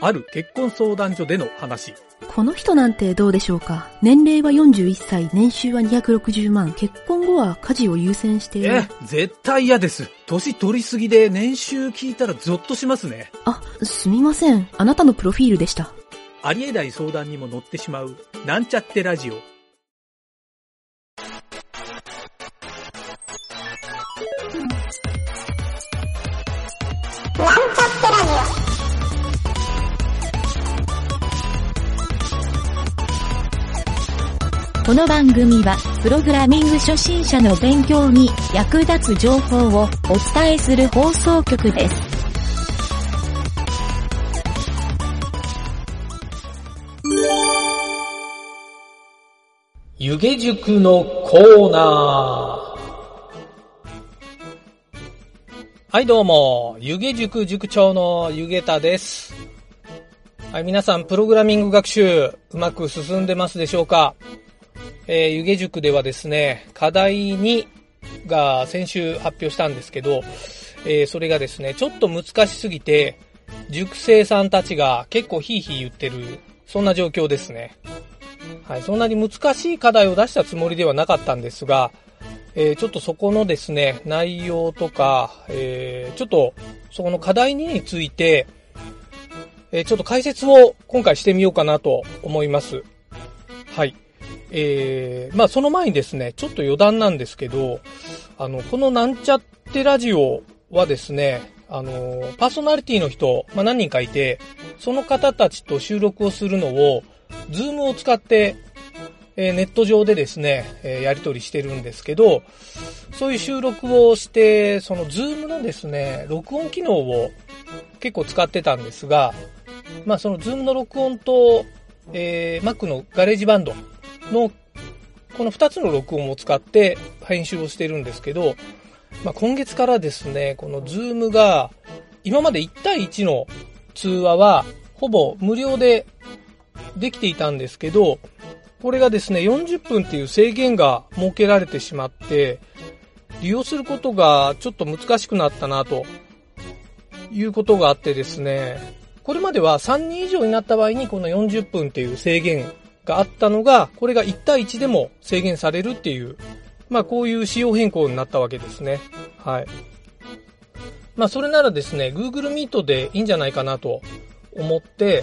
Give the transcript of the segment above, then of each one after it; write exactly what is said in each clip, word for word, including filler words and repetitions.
ある結婚相談所での話。 この人なんてどうでしょうか。年齢はよんじゅういっさい、年収はにひゃくろくじゅうまん、結婚後は家事を優先している。 え、絶対嫌です。年取りすぎで年収聞いたらゾッとしますね。 あ、すみません。あなたのプロフィールでした。 ありえない相談にも乗ってしまう、なんちゃってラジオ。 この番組はプログラミング初心者の勉強に役立つ情報をお伝えする放送局です。 湯気塾のコーナー。はいどうも、湯気塾塾長の湯気田です。はい、皆さんプログラミング学習うまく進んでますでしょうか。えー、湯気塾ではですね、課題にが先週発表したんですけど、えー、それがですね、ちょっと難しすぎて、塾生さんたちが結構ヒーヒー言ってる、そんな状況ですね。はい、そんなに難しい課題を出したつもりではなかったんですが、えー、ちょっとそこのですね、内容とか、えー、ちょっとそこの課題にについて、えー、ちょっと解説を今回してみようかなと思います。はい。えー、まあその前にですね、ちょっと余談なんですけど、あの、このなんちゃってラジオはですね、あの、パーソナリティの人、まあ何人かいて、その方たちと収録をするのを、ズームを使って、えー、ネット上でですね、えー、やり取りしてるんですけど、そういう収録をして、そのズームのですね、録音機能を結構使ってたんですが、まあそのズームの録音と、えー、Mac のガレージバンドのこのふたつの録音を使って編集をしてるんですけど、まあ、今月からですね、この Zoom が今までいち対いちの通話はほぼ無料でできていたんですけど、これがですねよんじゅっぷんっていう制限が設けられてしまって利用することがちょっと難しくなったなということがあってですね、これまではさんにん以上になった場合にこのよんじゅっぷんっていう制限があったのが、これがいち対いちでも制限されるっていう、まあこういう仕様変更になったわけですね。はい。まあそれならですね、Google Meet でいいんじゃないかなと思って、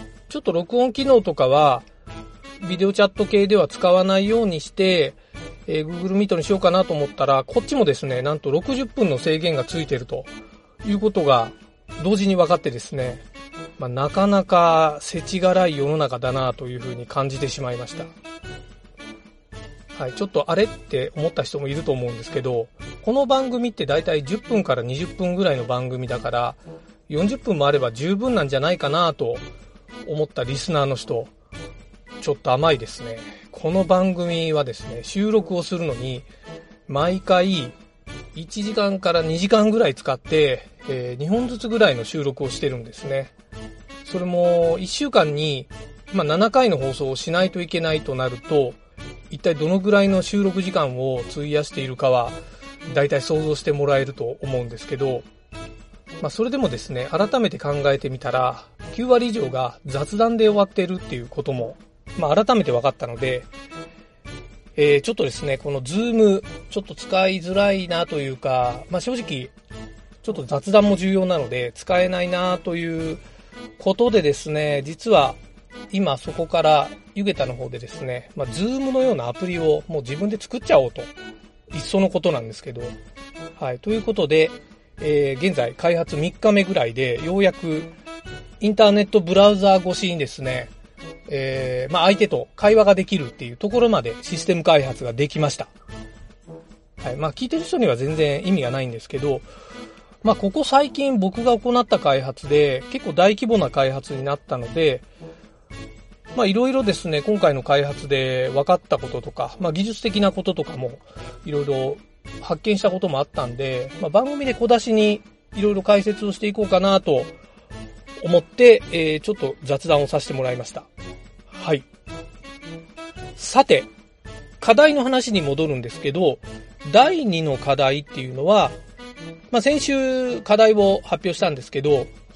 ちょっと録音機能とかは、ビデオチャット系では使わないようにして、えー、Google Meet にしようかなと思ったら、こっちもですね、なんとろくじゅっぷんの制限がついてるということが同時に分かってですね、まあ、なかなか世知辛い世の中だなというふうに感じてしまいました。はい、ちょっとあれって思った人もいると思うんですけど、この番組ってだいたいじゅっぷんからにじゅっぷんぐらいの番組だから、よんじゅっぷんもあれば十分なんじゃないかなと思ったリスナーの人、ちょっと甘いですね。この番組はですね、収録をするのに毎回いちじかんからにじかんぐらい使って、えー、にほんずつぐらいの収録をしてるんですね。それもいっしゅうかんに、まあ、ななかいの放送をしないといけないとなると、一体どのぐらいの収録時間を費やしているかはだいたい想像してもらえると思うんですけど、まあ、それでもですね、改めて考えてみたらきゅうわり以上が雑談で終わっているっていうことも、まあ、改めて分かったので、えー、ちょっとですね、この Zoom ちょっと使いづらいなというか、まあ、正直ちょっと雑談も重要なので使えないなということでですね、実は今そこから湯気田の方でですね、まあ、Zoom のようなアプリをもう自分で作っちゃおうと、いっそのことなんですけど、はい、ということで、えー、現在開発みっかめぐらいでようやくインターネットブラウザー越しにですね、えー、まあ相手と会話ができるっていうところまでシステム開発ができました。はい、まあ聞いてる人には全然意味がないんですけど、まあここ最近僕が行った開発で結構大規模な開発になったので、まあいろいろですね、今回の開発で分かったこととか、まあ技術的なこととかもいろいろ発見したこともあったんで、まあ番組で小出しにいろいろ解説をしていこうかなと思って、えー、ちょっと雑談をさせてもらいました。はい。さて、課題の話に戻るんですけど、だいにの課題っていうのは、まあ、先週課題を発表したんですけど、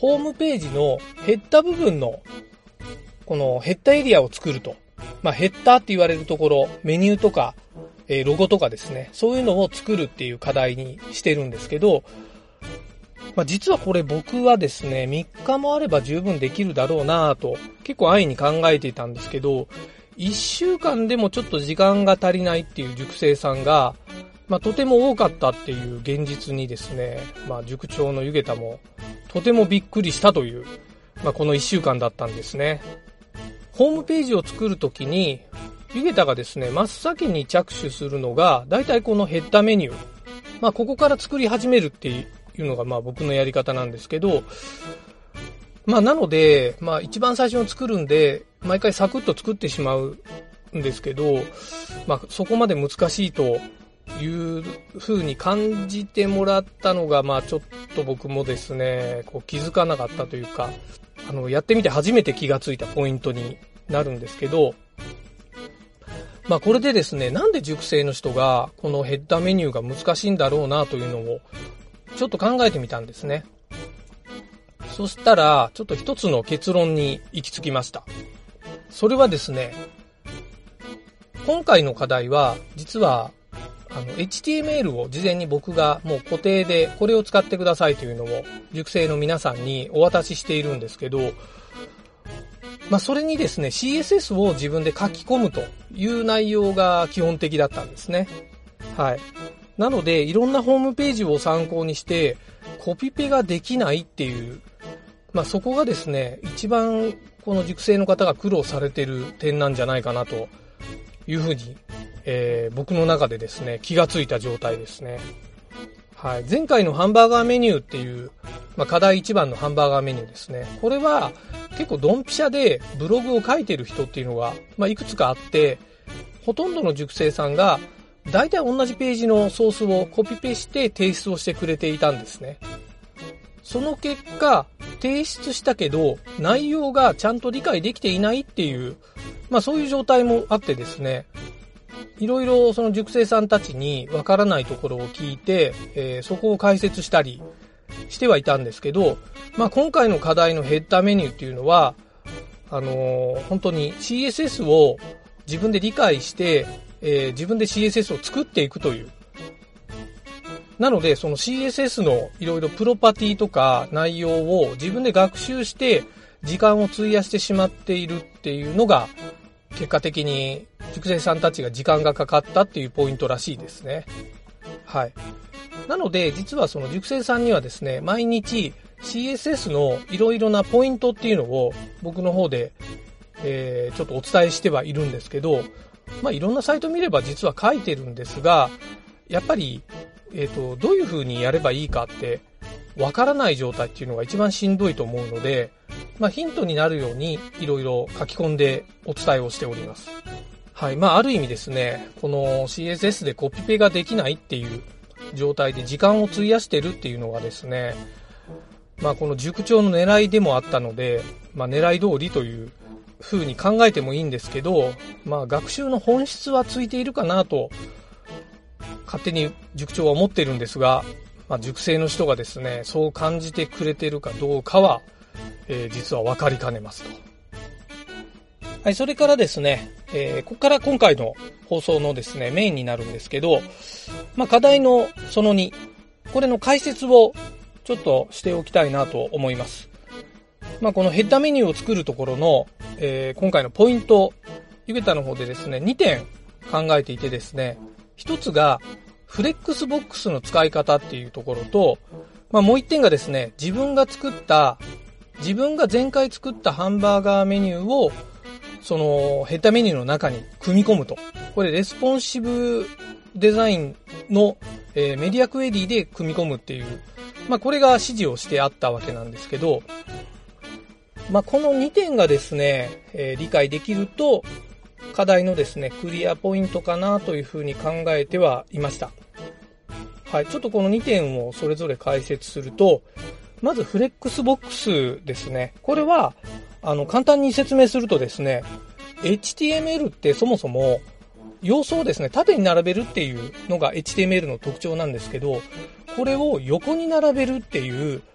ホームページのヘッダ部分のこのヘッダエリアを作ると。まあヘッダーって言われるところ、メニューとか、えー、ロゴとかですね、そういうのを作るっていう課題にしてるんですけど、まあ実はこれ僕はですね、みっかもあれば十分できるだろうなぁと結構安易に考えていたんですけど、いっしゅうかんでもちょっと時間が足りないっていう塾生さんが、まあとても多かったっていう現実にですね、まあ塾長のゆげたもとてもびっくりしたという、まあこのいっしゅうかんだったんですね。ホームページを作るときに、ゆげたがですね、真っ先に着手するのが、だいたいこのヘッダメニュー。まあここから作り始めるっていうのがまあ僕のやり方なんですけど、まあなので、まあ一番最初に作るんで、毎回サクッと作ってしまうんですけど、まあそこまで難しいという風に感じてもらったのが、まあちょっと僕もですね、こう気づかなかったというか、あの、やってみて初めて気がついたポイントになるんですけど、まあこれでですね、なんで塾生の人がこのヘッダメニューが難しいんだろうなというのをちょっと考えてみたんですね。そしたら、ちょっと一つの結論に行き着きました。それはですね、今回の課題は、実は、あの、エイチティーエムエル を事前に僕がもう固定でこれを使ってくださいというのを塾生の皆さんにお渡ししているんですけど、まあそれにですね、シーエスエス を自分で書き込むという内容が基本的だったんですね。はい。なので、いろんなホームページを参考にして、コピペができないっていう、まあそこがですね、一番この塾生の方が苦労されている点なんじゃないかなというふうに、えー、僕の中でですね、気がついた状態ですね。はい。前回のハンバーガーメニューっていう、まあ課題一番のハンバーガーメニューですね。これは結構ドンピシャでブログを書いてる人っていうのが、まあいくつかあって、ほとんどの塾生さんが大体同じページのソースをコピペして提出をしてくれていたんですね。その結果、提出したけど、内容がちゃんと理解できていないっていう、まあそういう状態もあってですね、いろいろその塾生さんたちにわからないところを聞いて、えー、そこを解説したりしてはいたんですけど、まあ今回の課題のヘッダーメニューっていうのは、あのー、本当に シーエスエス を自分で理解して、えー、自分で シーエスエス を作っていくという。なので、その シーエスエス のいろいろプロパティとか内容を自分で学習して時間を費やしてしまっているっていうのが、結果的に塾生さんたちが時間がかかったっていうポイントらしいですね。はい。なので、実はその塾生さんにはですね、毎日 シーエスエス のいろいろなポイントっていうのを僕の方で、えー、ちょっとお伝えしてはいるんですけど、まあいろんなサイト見れば実は書いてるんですが、やっぱり、えっと、どういう風にやればいいかってわからない状態っていうのが一番しんどいと思うので、まあヒントになるようにいろいろ書き込んでお伝えをしております。はい。まあある意味ですね、この シーエスエス でコピペができないっていう状態で時間を費やしてるっていうのがですね、まあこの塾長の狙いでもあったので、まあ狙い通りという風に考えてもいいんですけど、まあ学習の本質はついているかなと勝手に塾長は思ってるんですが、まあ、塾生の人がですね、そう感じてくれてるかどうかは、えー、実は分かりかねますと。はい、それからですね、えー、ここから今回の放送のですね、メインになるんですけど、まあ、課題のそのに、これの解説をちょっとしておきたいなと思います。まあ、このヘッダーメニューを作るところの、えー、今回のポイント、ゆげたの方でですね、にてん考えていてですね、一つが、フレックスボックスの使い方っていうところと、まあもう一点がですね、自分が作った、自分が前回作ったハンバーガーメニューを、そのヘッダーメニューの中に組み込むと。これレスポンシブデザインの、えー、メディアクエリで組み込むっていう、まあこれが指示をしてあったわけなんですけど、まあこのにてんがですね、えー、理解できると、課題のですね、クリアポイントかなというふうに考えてはいました。はい。ちょっとこのにてんをそれぞれ解説すると、まずフレックスボックスですね。これは、あの、簡単に説明するとですね、エイチティーエムエル ってそもそも、要素をですね、縦に並べるっていうのが エイチティーエムエル の特徴なんですけど、これを横に並べるっていう、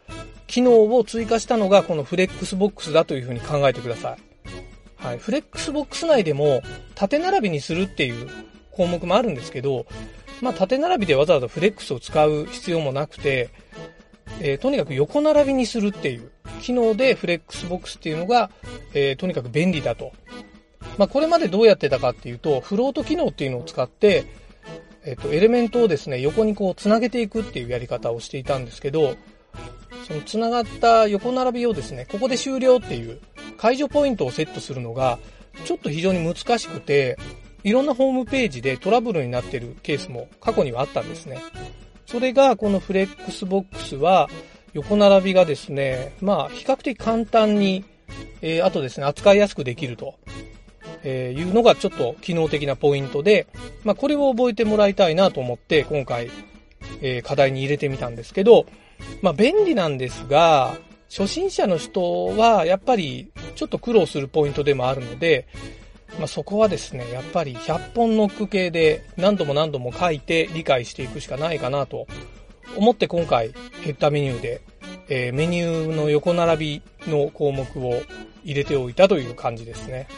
機能を追加したのがこのフレックスボックスだというふうに考えてください。はい。フレックスボックス内でも縦並びにするっていう項目もあるんですけど、まあ縦並びでわざわざフレックスを使う必要もなくて、えー、とにかく横並びにするっていう機能でフレックスボックスっていうのが、えー、とにかく便利だと。まあこれまでどうやってたかっていうと、フロート機能っていうのを使って、えっと、エレメントをですね、横にこう繋げていくっていうやり方をしていたんですけど、その繋がった横並びをですね、ここで終了っていう解除ポイントをセットするのが、ちょっと非常に難しくて、いろんなホームページでトラブルになっているケースも過去にはあったんですね。それがこのフレックスボックスは、横並びがですね、まあ比較的簡単に、えー、あとですね、扱いやすくできると。えー、いうのがちょっと機能的なポイントで、まあこれを覚えてもらいたいなと思って今回、えー、課題に入れてみたんですけど、まあ便利なんですが、初心者の人はやっぱりちょっと苦労するポイントでもあるので、まあそこはですね、やっぱりひゃっぽんノック系で何度も何度も書いて理解していくしかないかなと思って今回ヘッダーメニューで、えー、メニューの横並びの項目を入れておいたという感じですね。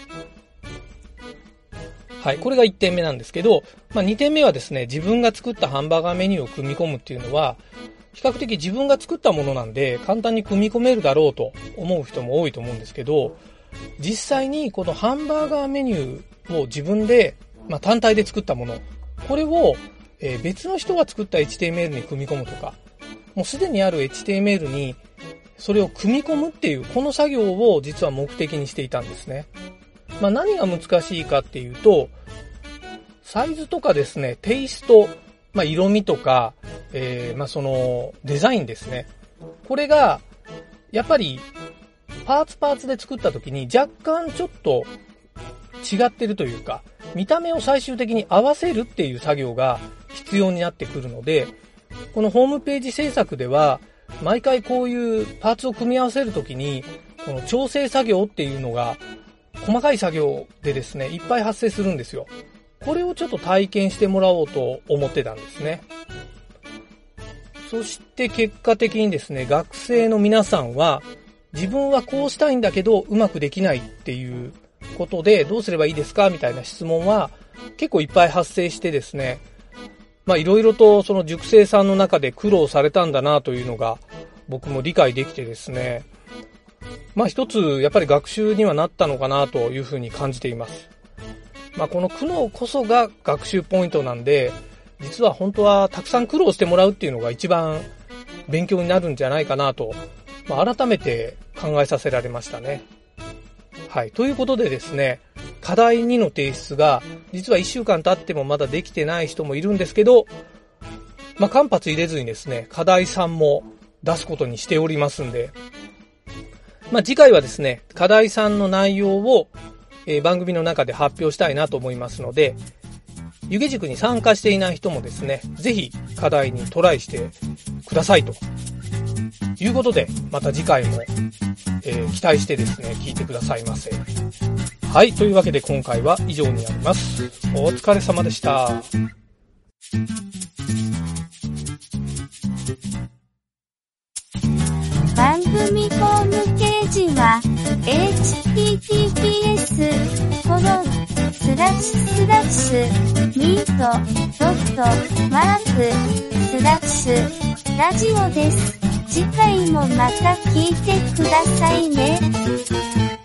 はい。これがいってんめなんですけど、まあ、にてんめはですね、自分が作ったハンバーガーメニューを組み込むっていうのは、比較的自分が作ったものなんで、簡単に組み込めるだろうと思う人も多いと思うんですけど、実際にこのハンバーガーメニューを自分で、まあ、単体で作ったもの、これを、えー、別の人が作った エイチティーエムエル に組み込むとか、もうすでにある エイチティーエムエル にそれを組み込むっていう、この作業を実は目的にしていたんですね。まあ何が難しいかっていうと、サイズとかですね、テイスト、まあ色味とか、えー、まあそのデザインですね。これが、やっぱりパーツパーツで作った時に若干ちょっと違ってるというか、見た目を最終的に合わせるっていう作業が必要になってくるので、このホームページ制作では、毎回こういうパーツを組み合わせるときに、この調整作業っていうのが、細かい作業でですね、いっぱい発生するんですよ。これをちょっと体験してもらおうと思ってたんですね。そして結果的にですね、学生の皆さんは、自分はこうしたいんだけど、うまくできないっていうことで、どうすればいいですかみたいな質問は、結構いっぱい発生してですね、まあいろいろとその塾生さんの中で苦労されたんだなというのが、僕も理解できてですね、まあ一つやっぱり学習にはなったのかなというふうに感じています。まあこの苦悩こそが学習ポイントなんで、実は本当はたくさん苦労してもらうっていうのが一番勉強になるんじゃないかなと、まあ、改めて考えさせられましたね。はい。ということでですね、課題にの提出が実はいっしゅうかん経ってもまだできてない人もいるんですけど、まあ間髪入れずにですね、課題さんも出すことにしておりますんで、まあ、次回はですね、課題さんの内容を、えー、番組の中で発表したいなと思いますので、湯気塾に参加していない人もですね、ぜひ課題にトライしてくださいということで、また次回も、えー、期待してですね、聞いてくださいませ。はい、というわけで今回は以上になります。お疲れ様でした。 番組ホームページは エイチティーティーピーエス コロンスラッシュスラッシュミートドットマークスラッシュラジオです。次回もまた聞いてくださいね。